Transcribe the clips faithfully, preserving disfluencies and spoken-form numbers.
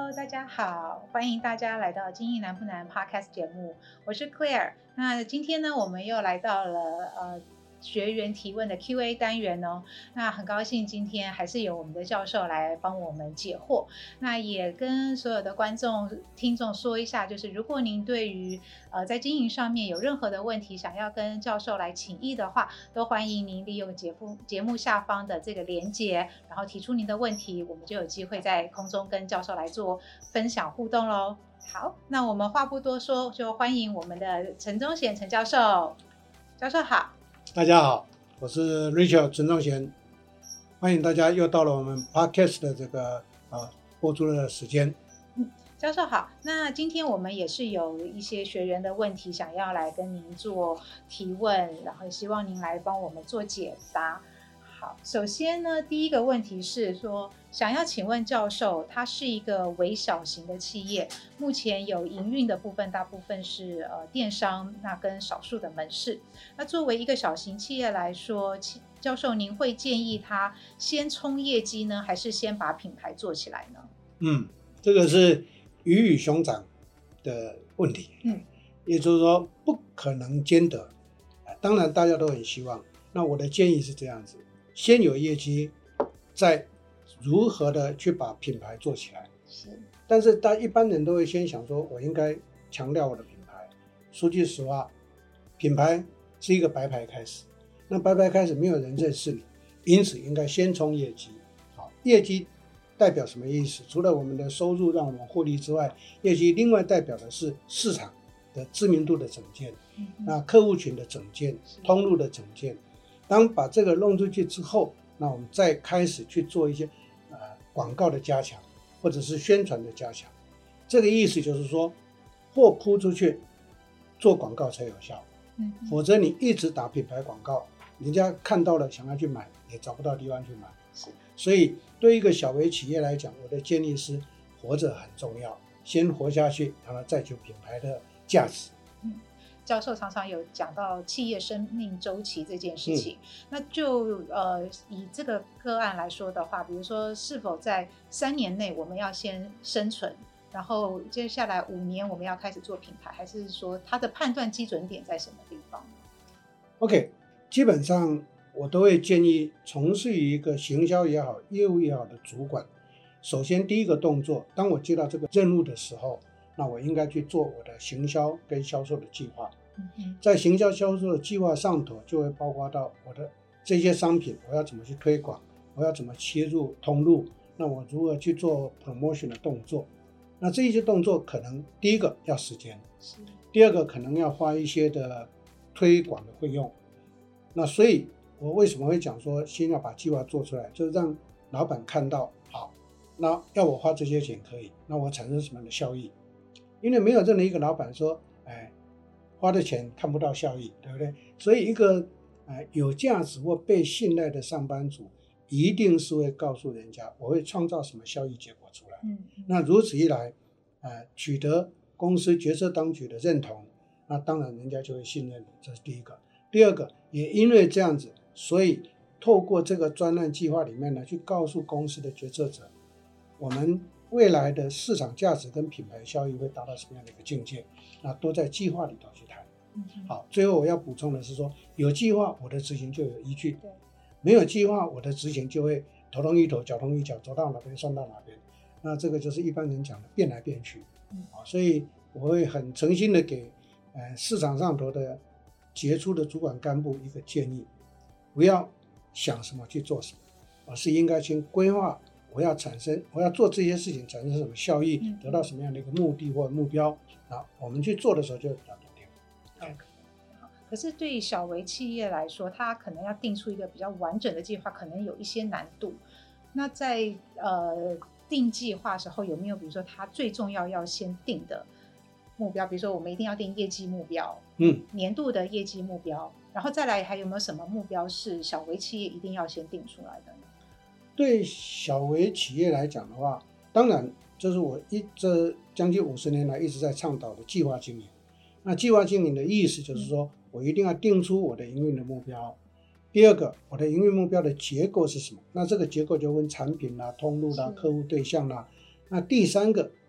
Hello， 大家好，欢迎大家来到经营难不难 Podcast 节目，我是 Claire。那今天呢，我们又来到了呃学员提问的 Q A 单元哦。那很高兴今天还是由我们的教授来帮我们解惑。那也跟所有的观众听众说一下，就是如果您对于呃在经营上面有任何的问题，想要跟教授来请益的话，都欢迎您利用节目节目下方的这个连结，然后提出您的问题，我们就有机会在空中跟教授来做分享互动咯。好，那我们话不多说，就欢迎我们的陈宗贤陈教授。教授好。 大家好，我是 Richard 陈宗贤，欢迎大家又到了我们 Podcast 的这个呃播出的时间。 嗯，教授好。那今天我们也是有一些学员的问题想要来跟您做提问，然后希望您来帮我们做解答。好，首先呢，第一个问题是说，想要请问教授，它是一个微小型的企业，目前有营运的部分，大部分是呃电商，那跟少数的门市。那作为一个小型企业来说，教授您会建议他先冲业绩呢，还是先把品牌做起来呢？ 嗯，这个是鱼与熊掌的问题。嗯，也就是说不可能兼得。当然大家都很希望。那我的建议是这样子。先有业绩，再如何的去把品牌做起来。是，但是大一般人都会先想说，我应该强调我的品牌。说句实话，品牌是一个白牌开始，那白牌开始没有人认识你，因此应该先冲业绩。好，业绩代表什么意思？除了我们的收入让我们获利之外，业绩另外代表的是市场的知名度的整建，嗯、那客户群的整建，通路的整建。当把这个弄出去之后，那我们再开始去做一些呃广告的加强，或者是宣传的加强。这个意思就是说，货铺出去，做广告才有效。嗯，否则你一直打品牌广告，人家看到了想要去买，也找不到地方去买。是，所以对一个小微企业来讲，我的建议是，活着很重要，先活下去，然后再求品牌的价值。 教授常常有讲到企业生命周期这件事情，嗯、那就呃以这个个案来说的话，比如说是否在三年内我们要先生存，然后接下来五年我们要开始做品牌，还是说它的判断基准点在什么地方 ？OK， 基本上我都会建议从事于一个行销也好、业务也好的主管，首先第一个动作，当我接到这个任务的时候，那我应该去做我的行销跟销售的计划。在行销销售的计划上头，就会包括到我的这些商品，我要怎么去推广，我要怎么切入通路，那我如何去做 promotion 的动作。那这些动作可能第一个要时间，第二个可能要花一些的推广的费用。那所以我为什么会讲说先要把计划做出来，就是让老板看到，好，那要我花这些钱可以，那我产生什么样的效益？因为没有任何一个老板说，哎，花的钱看不到效益，对不对？所以一个、呃、有价值或被信赖的上班族，一定是会告诉人家，我会创造什么效益结果出来。嗯，那如此一来，呃，取得公司决策当局的认同，那当然人家就会信任你，这是第一个。第二个，也因为这样子，所以透过这个专案计划里面呢，去告诉公司的决策者，我们未来的市场价值跟品牌效益会达到什么样的一个境界，那都在计划里头去谈。好，最后我要补充的是说，有计划我的执行就有依据，没有计划我的执行就会头痛医头脚痛医脚，走到哪边算到哪边，那这个就是一般人讲的变来变去。好，所以我会很诚心的给、呃、市场上头的杰出的主管干部一个建议，不要想什么去做什么，而是应该先规划我要产生我要做这些事情产生什么效益，嗯、得到什么样的一个目的或目标，然后我们去做的时候就会比较笃定。 Okay. 可是对于小微企业来说，它可能要定出一个比较完整的计划，可能有一些难度。那在呃定计划的时候，有没有比如说它最重要要先定的目标？比如说我们一定要定业绩目标，嗯，年度的业绩目标，然后再来还有没有什么目标是小微企业一定要先定出来的呢？ 对小微企业来讲的话，当然这是我一这将近五十年来一直在倡导的计划经营。那计划经营的意思就是说，我一定要定出我的营运的目标。第二个，我的营运目标的结构是什么？那这个结构就分产品啦、通路啦、客户对象啦。那第三个，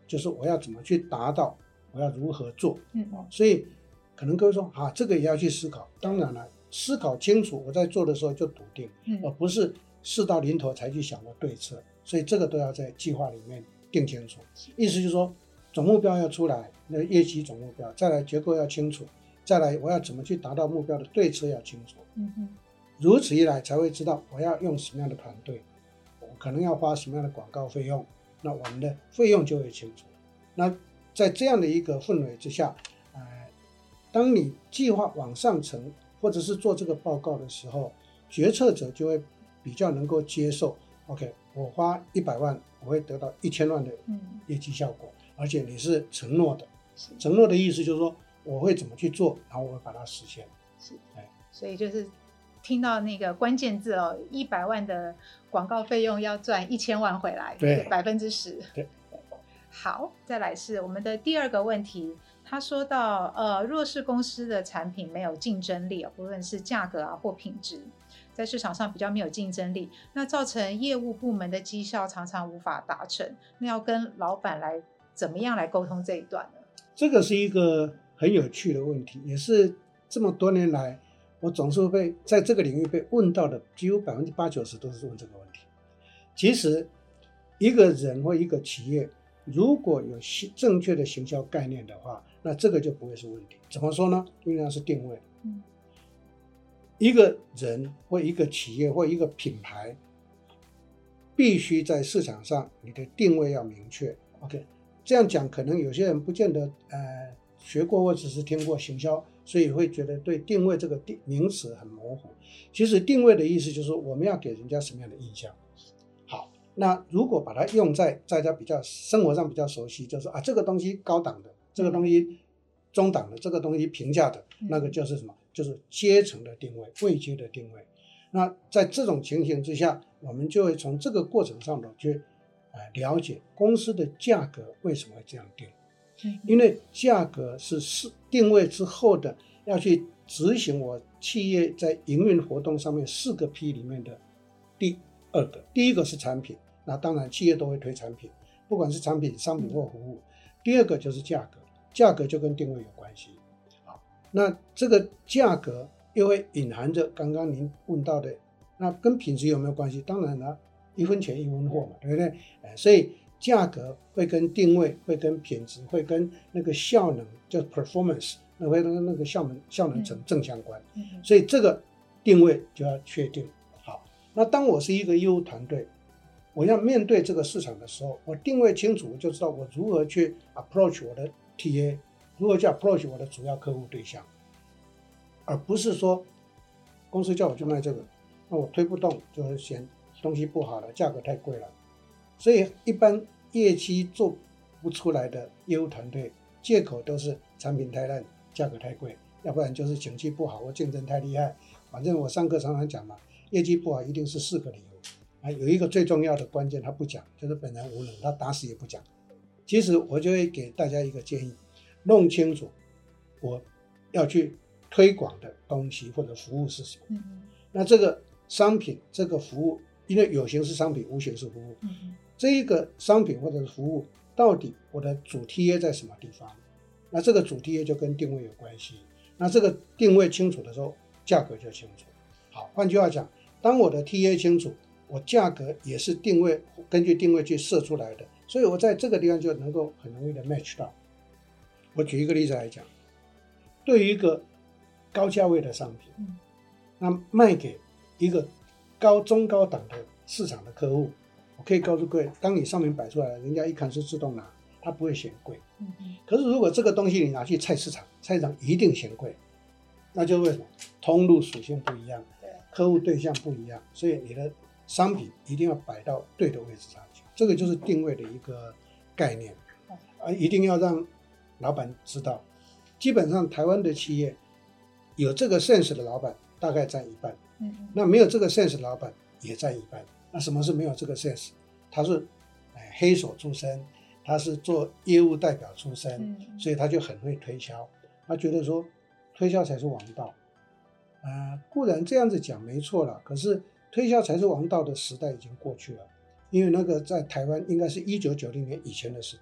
就是我要怎么去达到，我要如何做。 嗯， 所以可能各位说啊，这个也要去思考。当然了，思考清楚，我在做的时候就笃定， 嗯， 而不是事到临头才去想的对策。所以这个都要在计划里面定清楚。意思就是说，总目标要出来，那业绩总目标，再来结构要清楚，再来我要怎么去达到目标的对策要清楚。 嗯哼， 如此一来才会知道我要用什么样的团队，我可能要花什么样的广告费用，那我们的费用就会清楚。那在这样的一个氛围之下，呃，当你计划往上层或者是做这个报告的时候，决策者就会比较能够接受。OK， 我花一百万，我会得到一千万的业绩效果，嗯、而且你是承诺的。承诺的意思就是说，我会怎么去做，然后我会把它实现。 是，哎，所以就是听到那个关键字哦，一百万的广告费用要赚一千万回来， 对， 百分之十。 对。 好，再来是我们的第二个问题，他说到，呃，若是公司的产品没有竞争力，不论是价格啊或品质，在市场上比较没有竞争力，那造成业务部门的绩效常常无法达成，那要跟老板来怎么样来沟通这一段呢？ 这个是一个很有趣的问题，也是这么多年来我总是被在这个领域被问到的，几乎百分之八九十都是问这个问题。其实一个人或一个企业如果有正确的行销概念的话，那这个就不会是问题。怎么说呢？因为它是定位。嗯，一个人或一个企业或一个品牌，必须在市场上你的定位要明确。OK， 这样讲可能有些人不见得呃学过或者是听过行销，所以会觉得对定位这个名词很模糊。其实定位的意思就是我们要给人家什么样的印象。好，那如果把它用在大家比较生活上比较熟悉，就是啊这个东西高档的，这个东西中档的，这个东西平价的，那个就是什么？就是阶层的定位，位阶的定位。那在这种情形之下，我们就会从这个过程上头去呃了解公司的价格为什么会这样定。因为价格是是定位之后的要去执行我企业在营运活动上面四个 P 里面的第二个。第一个是产品，那当然企业都会推产品，不管是产品、商品或服务。第二个就是价格，价格就跟定位有关系。好，那这个价格又会隐含着刚刚您问到的，那跟品质有没有关系？当然了，一分钱一分货嘛，对不对？哎，所以价格会跟定位，会跟品质，会跟那个效能，叫 performance， 那会跟那个效能效能成正相关。嗯、所以这个定位就要确定好。那当我是一个业务团队，我要面对这个市场的时候，我定位清楚，我就知道我如何去 approach 我的 T A， 如何去 approach 我的主要客户对象，而不是说公司叫我去卖这个，那我推不动，就是嫌东西不好了，价格太贵了。所以一般业绩做不出来的业务团队，借口都是产品太烂，价格太贵，要不然就是景气不好或竞争太厉害。反正我上课常常讲嘛，业绩不好一定是四个理由啊，有一个最重要的关键他不讲，就是本人无能，他打死也不讲。其实我就会给大家一个建议，弄清楚我要去推广的东西或者服务是什么。嗯、那这个商品这个服务，因为有形是商品，无形是服务。嗯、这一个商品或者是服务，到底我的主 T A 在什么地方？那这个主 T A 就跟定位有关系。那这个定位清楚的时候，价格就清楚。好，换句话讲，当我的 T A 清楚，我价格也是定位根据定位去设出来的，所以我在这个地方就能够很容易的 match 到。我举一个例子来讲，对于一个高价位的商品，嗯、那卖给一个高中高档的市场的客户，我可以告诉各位，当你商品摆出来，人家一看是自动拿，他不会嫌贵。嗯、可是如果这个东西你拿去菜市场，菜市场一定嫌贵，那就为什么？通路属性不一样，客户对象不一样，所以你的商品一定要摆到对的位置上去。这个就是定位的一个概念，啊，一定要让老板知道。基本上台湾的企业有这个 sense 的老板大概占一半，嗯、那没有这个 sense 的老板也占一半。那什么是没有这个 sense？ 他是、哎、黑手出身，他是做业务代表出身，嗯、所以他就很会推销，他觉得说推销才是王道。呃、固然这样子讲没错了，可是推销才是王道的时代已经过去了，因为那个在台湾应该是一九九零年以前的时代，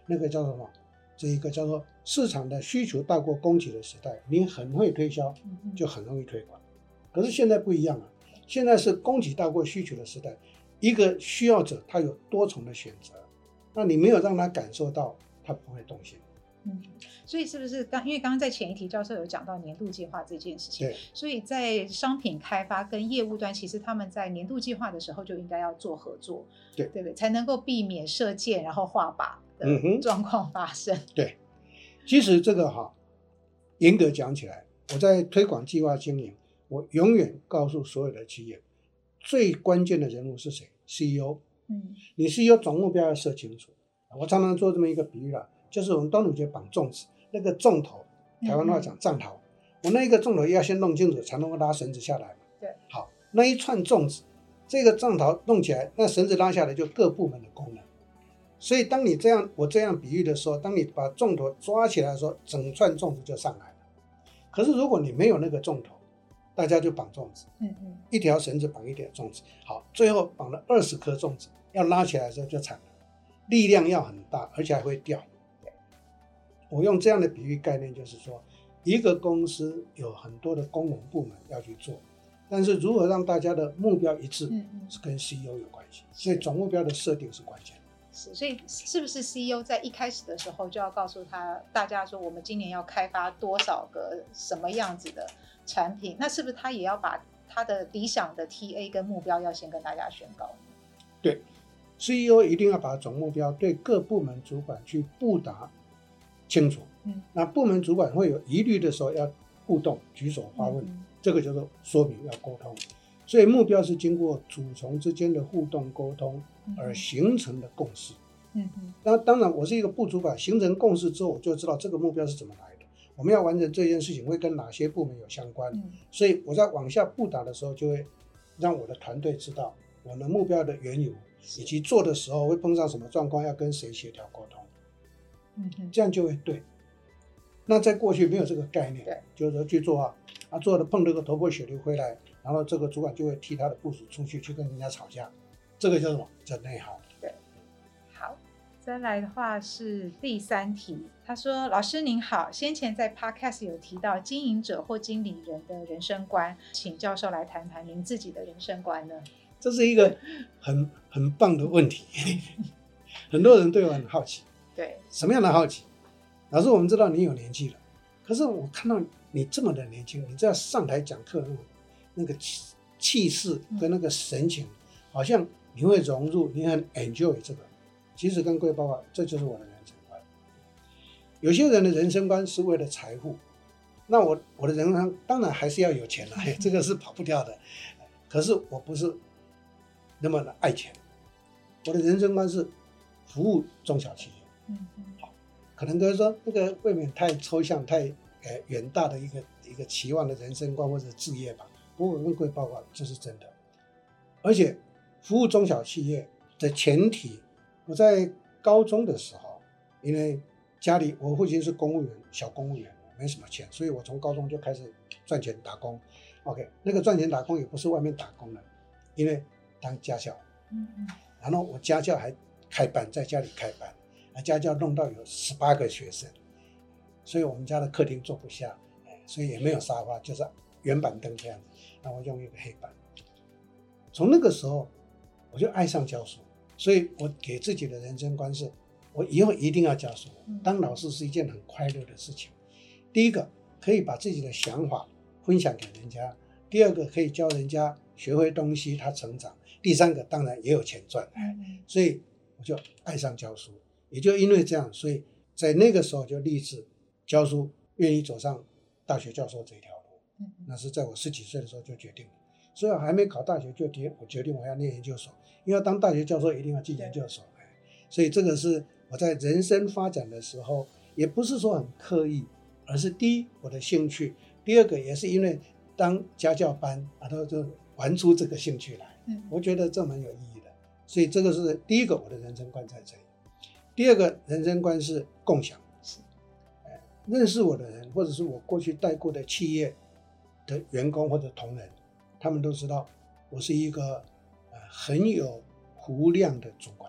那个叫做什么？这一个叫做市场的需求大过供给的时代，你很会推销，就很容易推广。可是现在不一样了，现在是供给大过需求的时代，一个需要者他有多重的选择，那你没有让他感受到，他不会动心。 嗯，所以是不是刚因为刚刚在前一题教授有讲到年度计划这件事情， 对， 所以在商品开发跟业务端，其实他们在年度计划的时候就应该要做合作， 对对不对？才能够避免射箭然后画靶的状况发生。嗯、 对，其实这个哈，严格讲起来，我在推广计划经营，我永远告诉所有的企业，最关键的人物是谁 ？C E O。嗯，你 C E O 总目标要设清楚。我常常做这么一个比喻啦。就是我们端午节绑粽子，那个粽头，台湾话讲藏头，嗯、我那一个粽头要先弄清楚，才能够拉绳子下来嘛。 对， 好，那一串粽子，这个藏头弄起来，那绳子拉下来就各部门的功能。所以当你这样我这样比喻的时候，当你把粽头抓起来的时候，整串粽子就上来了。可是如果你没有那个粽头，大家就绑粽子，嗯嗯，一条绳子绑一条粽子，好，最后绑了二十颗粽子，要拉起来的时候就惨了，力量要很大，而且还会掉。我用这样的比喻概念，就是说，一个公司有很多的功能部门要去做，但是如何让大家的目标一致，是跟 C E O 有关系，所以总目标的设定是关键。 是，所以是不是 C E O 在一开始的时候就要告诉他大家说，我们今年要开发多少个什么样子的产品？那是不是他也要把他的理想的 T A 跟目标要先跟大家宣告？ 对 ，C E O 一定要把总目标对各部门主管去布达清楚，嗯，那部门主管会有疑虑的时候要互动，举手发问，嗯、这个叫做说明，要沟通。所以目标是经过主从之间的互动沟通而形成的共识。嗯嗯。那当然，我是一个部主管，形成共识之后，我就知道这个目标是怎么来的，我们要完成这件事情会跟哪些部门有相关。嗯、所以我在往下布达的时候，就会让我的团队知道我的目标的缘由，以及做的时候会碰上什么状况，要跟谁协调沟通。嗯，这样就会对。那在过去没有这个概念，对，就是说去做啊，啊做了碰到个头破血流回来，然后这个主管就会替他的部属出去去跟人家吵架，这个叫什么？叫内耗。 对，好，再来的话是第三题，他说：老师您好，先前在 Podcast 有提到经营者或经理人的人生观，请教授来谈谈您自己的人生观呢？ 这是一个很很棒的问题，很多人对我很好奇。 对， 什么样的好奇？老师，我们知道你有年纪了，可是我看到你这么的年轻，你这样上台讲课那种那个气气势跟那个神情，嗯、好像你会融入，你很 enjoy 这个。其实跟各位报告，这就是我的人生观。有些人的人生观是为了财富，那我我的人生观当然还是要有钱了，嗯、这个是跑不掉的。可是我不是那么的爱钱，我的人生观是服务中小企业。嗯嗯，好，可能就是说这个未免太抽象、太呃远大的一个一个期望的人生观或者志业吧。不过我跟各位报告，这是真的。而且服务中小企业的前提，我在高中的时候，因为家里我父亲是公务员，小公务员，没什么钱，所以我从高中就开始赚钱打工。OK， 那个赚钱打工也不是外面打工的，因为当家教。嗯嗯，然后我家教还开班，在家里开班。家教弄到有十八个学生，所以我们家的客厅坐不下，所以也没有沙发，就是圆板凳这样子。那我用一个黑板。从那个时候，我就爱上教书，所以我给自己的人生观是，我以后一定要教书。当老师是一件很快乐的事情。第一个，可以把自己的想法分享给人家；第二个，可以教人家学会东西，他成长；第三个，当然也有钱赚。所以我就爱上教书。也就因为这样，所以在那个时候就立志教书，愿意走上大学教授这条路。嗯、那是在我十几岁的时候就决定了，所以我还没考大学就决我决定我要念研究所，因为要当大学教授一定要进研究所。所以这个是我在人生发展的时候，也不是说很刻意，而是第一我的兴趣，第二个也是因为当家教班，然后就玩出这个兴趣来。嗯、我觉得这蛮有意义的，所以这个是第一个我的人生观在这里。第二个人生观是共享，是，呃，认识我的人，或者是我过去带过的企业的员工或者同仁，他们都知道我是一个呃很有湖量的主管，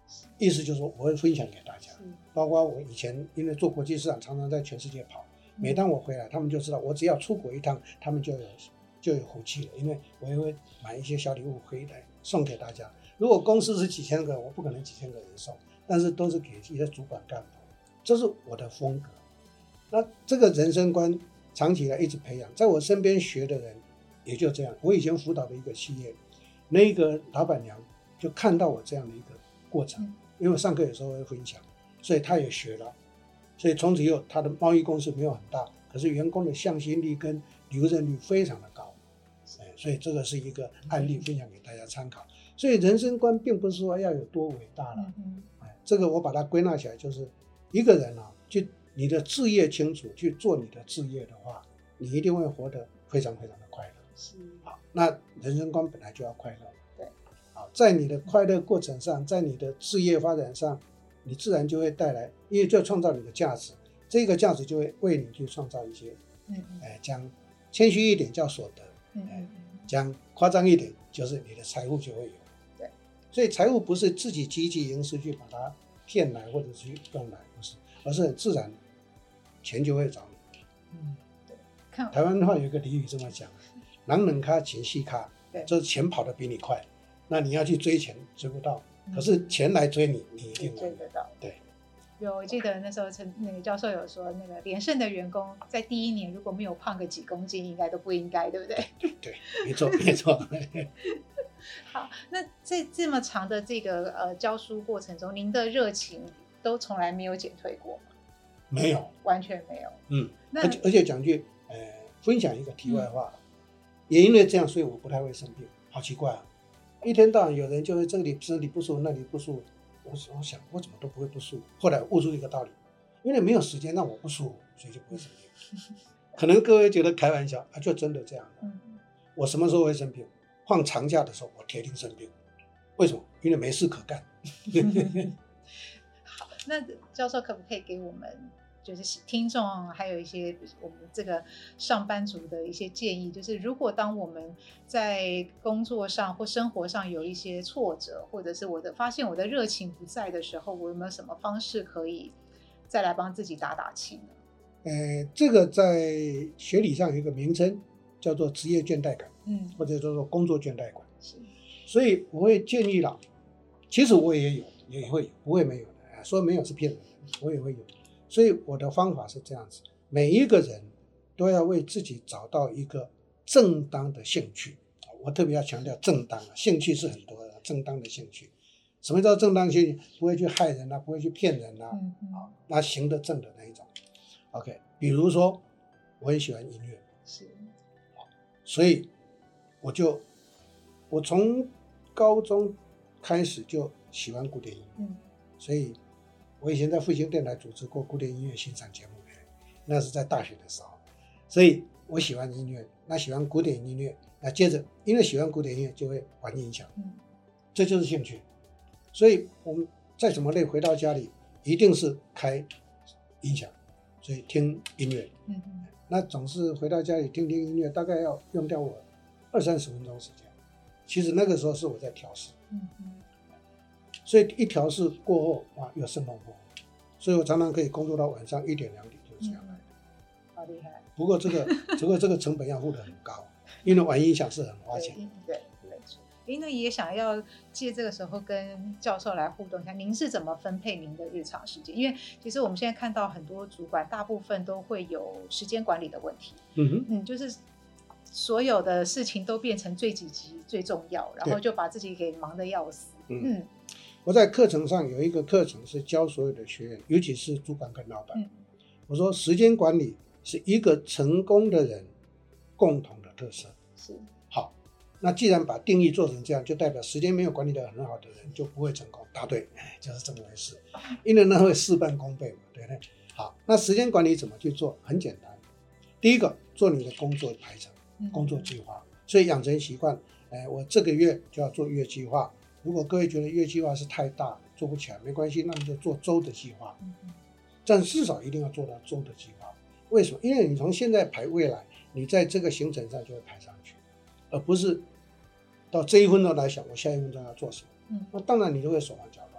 意思就是说我会分享给大家，包括我以前因为做国际市场，常常在全世界跑，每当我回来，他们就知道我只要出国一趟，他们就有就有福气了，因为我也会买一些小礼物回来送给大家。如果公司是几千个，我不可能几千个人送，但是都是给一些主管干部，这是我的风格。那这个人生观长期以来一直培养，在我身边学的人也就这样。我以前辅导的一个企业，那个老板娘就看到我这样的一个过程，因为我上课有时候会分享，所以她也学了，所以从此以后她的贸易公司没有很大，可是员工的向心力跟留任率非常的高，所以这个是一个案例分享给大家参考。所以人生观并不是说要有多伟大了，这个我把它归纳起来，就是一个人啊，就你的志业清楚，去做你的志业的话，你一定会活得非常非常的快乐。 是， 好，那人生观本来就要快乐， 对， 好，在你的快乐过程上，在你的事业发展上，你自然就会带来，因为就创造你的价值，这个价值就会为你去创造一些，嗯，哎，讲谦虚一点叫所得，嗯，讲夸张一点就是你的财富就会有， 对， 所以财富不是自己积极营私去把它骗来或者去用来，不是，而是很自然，钱就会找你。嗯，对，台湾话有一个俚语这么讲，狼人咖钱细咖，就是钱跑得比你快，那你要去追钱追不到，可是钱来追你，你一定追得到。 对， 有，我记得那时候陈那个教授有说，那个连胜的员工在第一年如果没有胖个几公斤，应该都不应该，对不对？ 对对，没错没错。 好，那在这么长的这个呃教书过程中，您的热情都从来没有减退过吗？ 没有， 完全没有。 嗯，而且而且讲句呃，分享一个题外话，嗯、也因为这样，所以我不太会生病，好奇怪啊！一天到晚有人就会这里身体不舒服，那里不舒服，我我想我怎么都不会不舒服。后来悟出一个道理，因为没有时间让我不舒服，所以就不会生病。可能各位觉得开玩笑啊，就真的这样的。嗯、我什么时候会生病？放长假的时候，我铁定生病。为什么？因为没事可干。 好，那教授可不可以给我们就是听众还有一些我们这个上班族的一些建议，就是如果当我们在工作上或生活上有一些挫折，或者是我的发现我的热情不在的时候，我有没有什么方式可以再来帮自己打打气呢？ 呃，这个在学理上有一个名称叫做职业倦怠感，嗯，或者叫做工作倦怠感。是，所以我会建议啦，其实我也有，也会有，不会没有的，说没有是骗人的，我也会有。所以我的方法是这样子，每一个人都要为自己找到一个正当的兴趣。我特别要强调正当，兴趣是很多的，正当的兴趣。什么叫正当兴趣？不会去害人啊，不会去骗人啊，嗯嗯啊，那行得正的那一种。OK， 比如说我很喜欢音乐，是，所以我就我从高中开始就喜欢古典音乐，嗯，所以我以前在复兴电台主持过古典音乐欣赏节目，那是在大学的时候，所以我喜欢音乐，那喜欢古典音乐，那接着因为喜欢古典音乐就会玩音响，嗯，这就是兴趣。所以我们再怎么累，回到家里一定是开音响，所以听音乐，嗯嗯，那总是回到家里听听音乐，大概要用掉我二三十分钟时间。其实那个时候是我在调试，嗯嗯，所以一调试过后，哇，又生龙活虎，所以我常常可以工作到晚上一点两点，就这样来的， 好厉害。 不过这个不过这个成本要付得很高，因为玩音响是很花钱。 对对。哎，那也想要借这个时候跟教授来互动一下，您是怎么分配您的日常时间？因为其实我们现在看到很多主管，大部分都会有时间管理的问题。嗯哼，嗯，就是所有的事情都变成最紧急、最重要，然后就把自己给忙得要死。嗯，嗯我在课程上有一个课程是教所有的学员，尤其是主管跟老板。嗯，我说时间管理是一个成功的人共同的特色。是。好。那既然把定义做成这样，就代表时间没有管理得很好的人就不会成功。答对，就是这么回事。因为那会事半功倍嘛，对不对？好，那时间管理怎么去做？很简单，第一个做你的工作排程、工作计划。所以养成习惯，哎，我这个月就要做月计划。如果各位觉得月计划是太大，做不起来，没关系，那你就做周的计划。但至少一定要做到周的计划。为什么？因为你从现在排未来，你在这个行程上就会排上去。而不是到这一分钟来想我下一分钟要做什么，嗯，那当然你就会手忙脚乱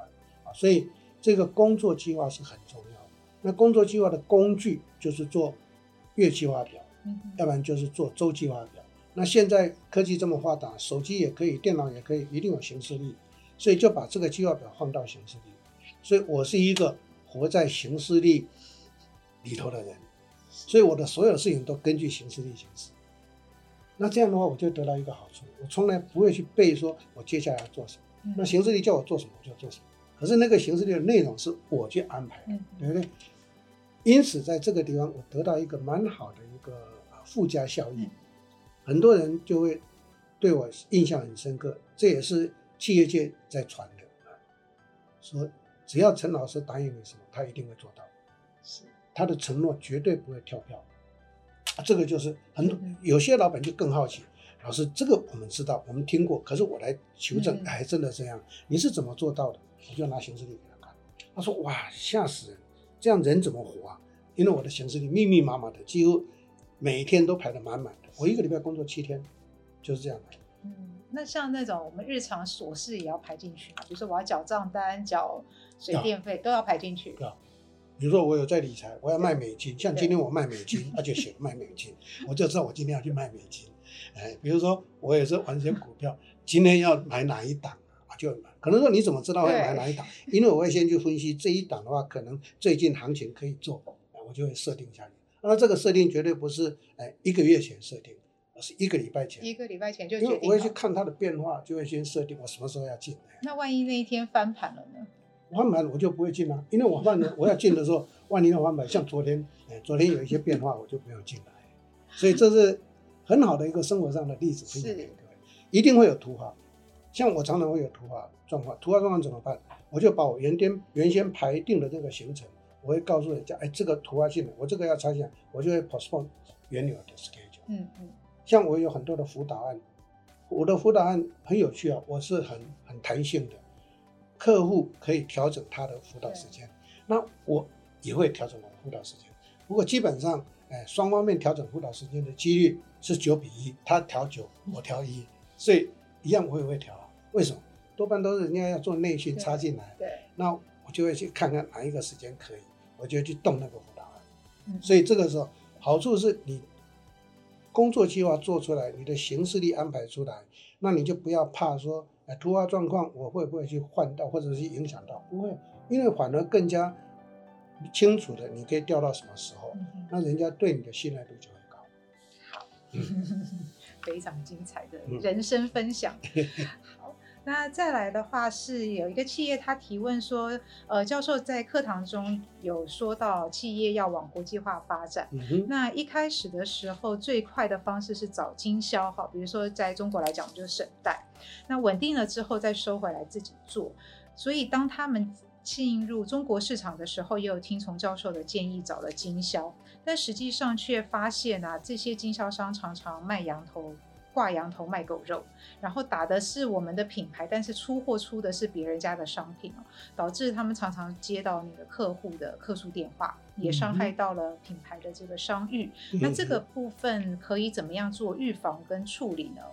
所以这个工作计划是很重要的。那工作计划的工具就是做月计划表，嗯、要不然就是做周计划表。那现在科技这么发达，手机也可以，电脑也可以，一定有行事历，所以就把这个计划表放到行事历。所以我是一个活在行事历里头的人，所以我的所有事情都根据行事历行事。那这样的话，我就得到一个好处，我从来不会去背说我接下来要做什么。嗯、那行事历叫我做什么我就做什么，可是那个行事历的内容是我去安排的，嗯、对不对？因此在这个地方我得到一个蛮好的一个附加效益，很多人就会对我印象很深刻，这也是企业界在传的，说只要陈老师答应你什么，他一定会做到，是他的承诺绝对不会跳票。这个就是很多有些老板就更好奇，老师这个我们知道，我们听过，可是我来求证，还真的这样，你是怎么做到的？我就拿行事历给他看，他说哇，吓死人，这样人怎么活啊？因为我的行事历密密麻麻的，几乎每天都排得满满的，我一个礼拜工作七天，就是这样的。 嗯，那像那种我们日常琐事也要排进去嘛，比如说我要缴账单、缴水电费都要排进去。 要，比如说我有在理财，我要卖美金，像今天我卖美金，他就写卖美金，我就知道我今天要去卖美金。哎，比如说我也是玩些股票，今天要买哪一档啊？就可能说你怎么知道会买哪一档？因为我会先去分析这一档的话，可能最近行情可以做，我就会设定下去。那这个设定绝对不是哎一个月前设定，而是一个礼拜前。 一个礼拜前就决定。 因为我会去看它的变化，就会先设定我什么时候要进。 那万一那一天翻盘了呢？ 翻盘我就不会进了，因为我翻了，我要进的时候，万一要翻盘，像昨天，哎，昨天有一些变化，我就没有进来。所以这是很好的一个生活上的例子分享给各位。一定会有突发，像我常常会有突发状况，突发状况怎么办？我就把我原先原先排定的这个行程，我会告诉人家，哎，这个突发性的，我这个要拆下，我就会 postpone 原有的 schedule。嗯嗯。像我有很多的辅导案，我的辅导案很有趣啊，我是很很弹性的。客户可以调整他的辅导时间，那我也会调整我的辅导时间。不过基本上，哎，双方面调整辅导时间的几率是九比一，他调九，我调一，所以一样我也会调。为什么？多半都是人家要做内训插进来，对，那我就会去看看哪一个时间可以，我就去动那个辅导案。嗯、所以这个时候好处是你工作计划做出来，你的行事历安排出来，那你就不要怕说。突发状况我会不会去换到或者是影响到？不会，因为反而更加清楚的你可以调到什么时候，嗯、那人家对你的信赖度就会高。 好，嗯、非常精彩的人生分享。嗯、好，那再来的话是有一个企业他提问说，呃，教授在课堂中有说到企业要往国际化发展，嗯、那一开始的时候最快的方式是找经销，好，比如说在中国来讲就是省代。那稳定了之后再收回来自己做，所以当他们进入中国市场的时候，也有听从教授的建议找了经销，但实际上却发现啊，这些经销商常常卖羊头挂羊头卖狗肉，然后打的是我们的品牌，但是出货出的是别人家的商品，导致他们常常接到那个客户的客诉电话，也伤害到了品牌的这个商誉。嗯、那这个部分可以怎么样做预防跟处理呢？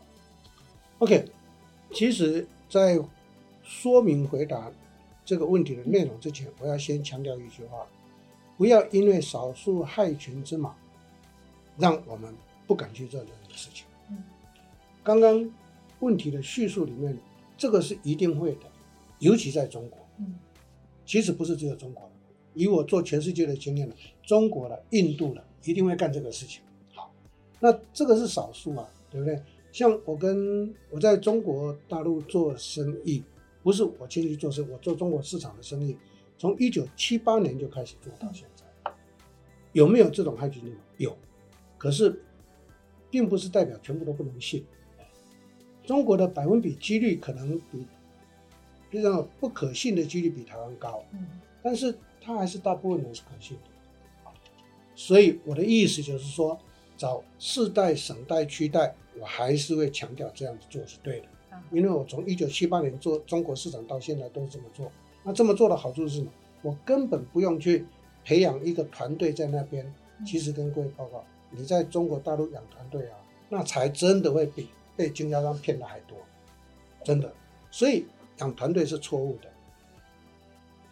OK， 其实在说明回答这个问题的内容之前，我要先强调一句话，不要因为少数害群之马让我们不敢去做任何事情。嗯、刚刚问题的叙述里面，这个是一定会的，尤其在中国。嗯、其实不是只有中国的，以我做全世界的经验，中国的、印度的一定会干这个事情。好，那这个是少数啊，对不对？像我跟我在中国大陆做生意，不是我亲自做生意，我做中国市场的生意，从一九七八年就开始做到现在。有没有这种害群之马？有，可是并不是代表全部都不能信。中国的百分比几率可能比，比较不可信的几率比台湾高，但是它还是大部分人是可信的。所以我的意思就是说，找市代、省代、区代，我还是会强调这样子做是对的，因为我从一九七八年做中国市场到现在都是这么做。那这么做的好处是什么？我根本不用去培养一个团队在那边。其实跟各位报告，你在中国大陆养团队啊，那才真的会比被经销商骗的还多，真的。所以养团队是错误的。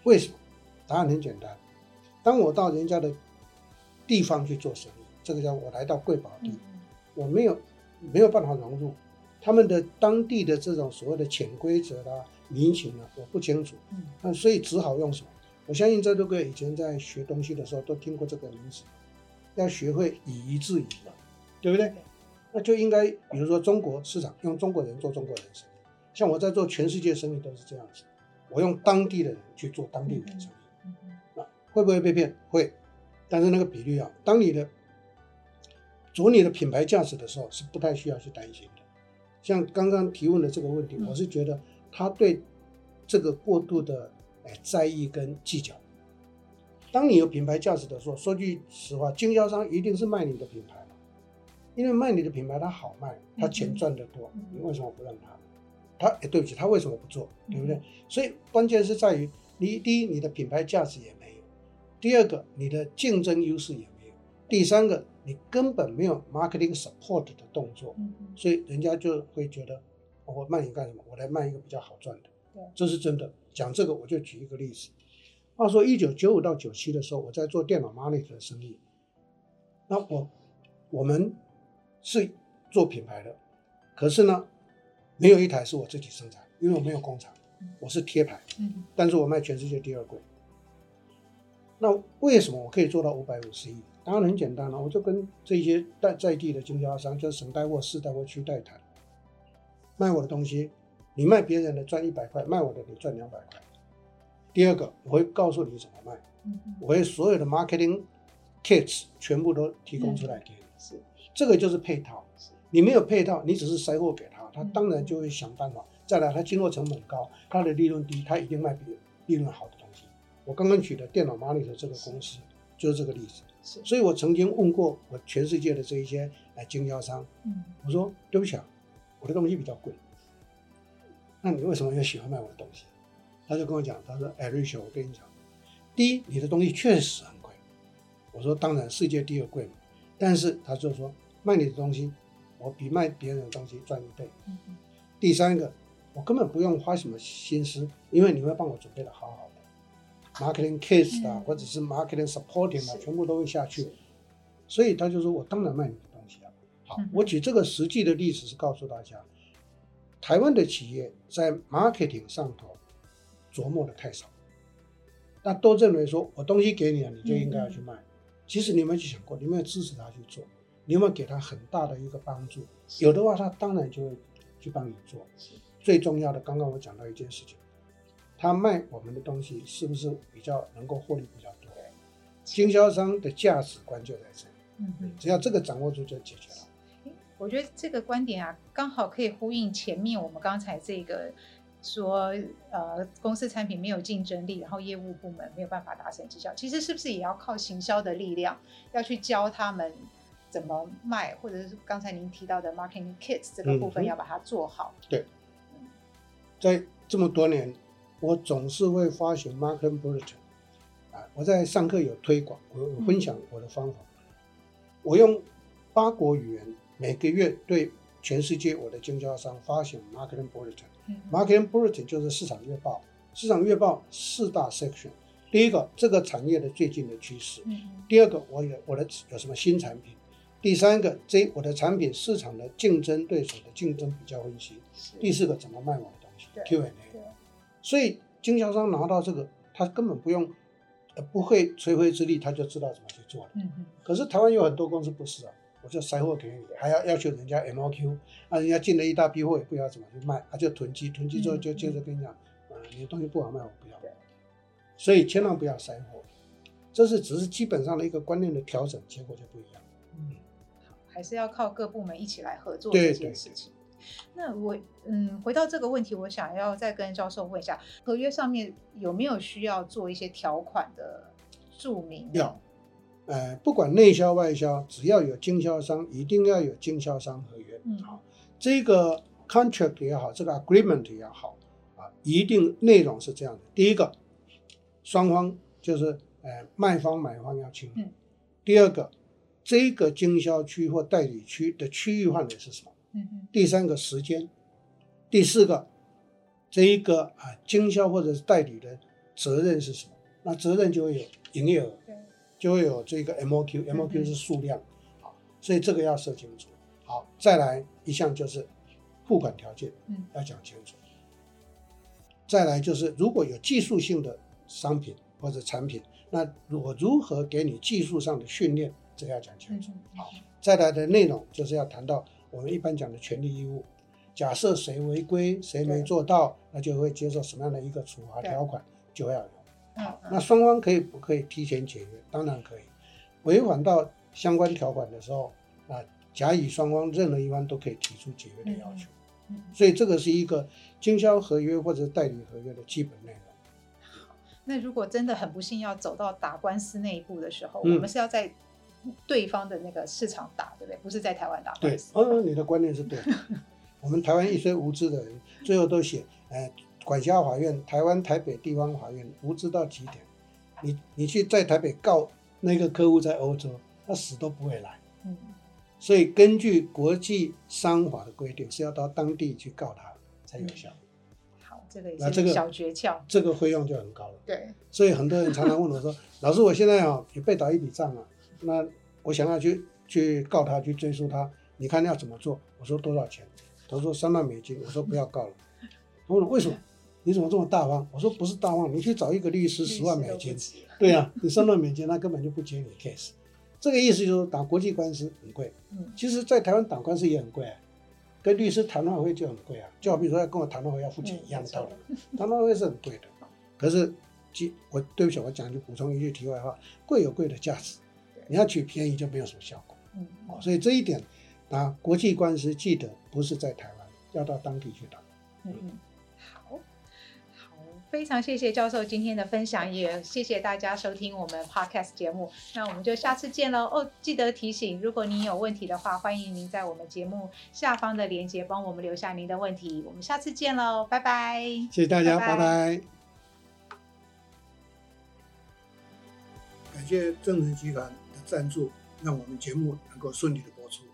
为什么？答案很简单，当我到人家的地方去做生意，这个叫我来到贵宝地，嗯、我没有没有办法融入他们的当地的这种所谓的潜规则啦、民情啊，我不清楚，嗯，那所以只好用什么？我相信在这个以前在学东西的时候都听过这个名词，要学会以夷制夷嘛，对不对？那就应该比如说中国市场用中国人做中国人生意，像我在做全世界生意都是这样子，我用当地的人去做当地人生意，嗯嗯、那会不会被骗？会，但是那个比率啊，当你的着你的品牌价值的时候是不太需要去担心的。像刚刚提问的这个问题，嗯、我是觉得他对这个过度的在意跟计较。当你有品牌价值的时候，说句实话，经销商一定是卖你的品牌嘛，因为卖你的品牌它好卖，它钱赚得多，嗯、你为什么不让他？他哎，对不起，他为什么不做？对不对？嗯、所以关键是在于你第一，你的品牌价值也没有；第二个，你的竞争优势也没有；第三个，你根本没有 marketing support 的动作，嗯、所以人家就会觉得，哦、我卖你干什么？我来卖一个比较好赚的。这是真的。讲这个，我就举一个例子。话说一九九五到九七的时候，我在做电脑 monitor 的生意。那我我们是做品牌的，可是呢，没有一台是我自己生产，因为我没有工厂，我是贴牌，但是我卖全世界第二贵。那为什么我可以做到五百五十亿？当然很简单了，我就跟这些在在地的经销商，就是省代货、市代货、区代谈，卖我的东西。你卖别人的赚一百块，卖我的你赚两百块。第二个，我会告诉你怎么卖，嗯、我会所有的 marketing kits 全部都提供出来给你。嗯、是，这个就是配套。你没有配套，你只是塞货给他，他当然就会想办法。嗯、再来，他进货成本高，他的利润低，他一定卖比利润好的东西。我刚刚举的电脑 monitor 这个公司就是这个例子。是，所以我曾经问过我全世界的这一些呃经销商，嗯、我说对不起啊，我的东西比较贵。那你为什么又喜欢卖我的东西？他就跟我讲，他说：“哎 ，Rachel， 我跟你讲，第一，你的东西确实很贵。”我说：“当然，世界第二贵嘛。”但是他就说，卖你的东西，我比卖别人的东西赚一倍。嗯、第三个，我根本不用花什么心思，因为你会帮我准备的好好的 ，marketing case 啊，嗯、或者是 marketing supporting 啊，全部都会下去。所以他就说我当然卖你的东西啊。好，嗯、我举这个实际的例子是告诉大家。台湾的企业在 marketing 上头琢磨的太少，那都认为说我东西给你了，你就应该要去卖。嗯、其实你有没有去想过，你有没有支持他去做？你有没有给他很大的一个帮助？有的话，他当然就会去帮你做。最重要的，刚刚我讲到一件事情，他卖我们的东西是不是比较能够获利比较多？经销商的价值观就在这里，嗯、只要这个掌握住就解决了。 我觉得这个观点啊，刚好可以呼应前面我们刚才这个说，呃，公司产品没有竞争力，然后业务部门没有办法达成绩效。其实是不是也要靠行销的力量，要去教他们怎么卖，或者是刚才您提到的 marketing kits 这个部分要把它做好？ 嗯、对，在这么多年，我总是会发行 marketing bulletin 啊，我在上课有推广，我有分享我的方法，嗯、我用八国语言。每个月对全世界我的经销商发行 marketing bulletin、嗯、marketing bulletin 就是市场月报。市场月报四大 section， 第一个这个产业的最近的趋势，嗯、第二个我有我的有什么新产品，第三个这我的产品市场的竞争对手的竞争比较分析，第四个怎么卖我的东西 Q and A。 所以经销商拿到这个，他根本不用呃不会吹灰之力，他就知道怎么去做了。嗯、可是台湾有很多公司不是啊，我就塞货给你，还要要求人家 M O Q， 啊，人家进了一大批货也不知道怎么去卖，他、啊、就囤积，囤积之后就接着跟你讲，呃，你的东西不好卖，我不要。所以千万不要塞货，这是只是基本上的一个观念的调整，结果就不一样。嗯， 还是要靠各部门一起来合作这件事情。那我嗯，回到这个问题，我想要再跟教授问一下，合约上面有没有需要做一些条款的注明？ 要。呃，不管内销外销，只要有经销商，一定要有经销商合约。嗯，好，这个 contract 也好，这个 agreement 也好，啊，一定内容是这样的。第一个，双方就是呃卖方买方要清楚。嗯。第二个，这个经销区或代理区的区域范围是什么？嗯。第三个，时间。第四个，这一个啊经销或者是代理的责任是什么？那责任就会有营业额，就会有这个 M O Q，M O Q 是数量，好，所以这个要设清楚。好，再来一项就是付款条件，嗯，要讲清楚。再来就是如果有技术性的商品或者产品，那我如何给你技术上的训练，这要讲清楚。好，再来的内容就是要谈到我们一般讲的权利义务。假设谁违规，谁没做到，那就会接受什么样的一个处罚条款，就要有。好，那双方可以不可以提前解约？当然可以。违反到相关条款的时候，那甲乙双方任何一方都可以提出解约的要求。嗯嗯、所以这个是一个经销合约或者代理合约的基本内容。 好，那如果真的很不幸要走到打官司那一步的时候，嗯、我们是要在对方的那个市场打，对不对？不是在台湾打官司。 对，哦，你的观念是对的。我们台湾一堆无知的人，最后都写，呃，管辖法院、台湾台北地方法院无知到极点。你你去在台北告那个客户在欧洲，他死都不会来。嗯。所以根据国际商法的规定，是要到当地去告他才有效。 嗯、好，这个也是小诀窍。 这个费用就很高了。 对。 所以很多人常常问我说：“老师，我现在啊也被倒一笔账啊，那我想要去去告他，去追诉他，你看要怎么做？”我说多少钱？他说三万美金，我说不要告了。我说为什么？你怎么这么大方？我说不是大方，你去找一个律师十万美金，对啊，你三万美金，他根本就不接你 case。这个意思就是打国际官司很贵，嗯，其实在台湾打官司也很贵啊，跟律师谈话费就很贵啊，就好比说要跟我谈话费要付钱一样的道理，谈话费是很贵的。可是，我对不起，我讲就补充一句题外话，贵有贵的价值，你要取便宜就没有什么效果，嗯，哦，所以这一点。啊，国际官司记得不是在台湾，要到当地去打。 嗯嗯，好，好，非常谢谢教授今天的分享，也谢谢大家收听我们 Podcast 节目。那我们就下次见喽。哦，记得提醒，如果您有问题的话，欢迎您在我们节目下方的连结帮我们留下您的问题。我们下次见喽，拜拜。 谢谢大家，拜拜。拜拜感谢正成集团的赞助，让我们节目能够顺利的播出。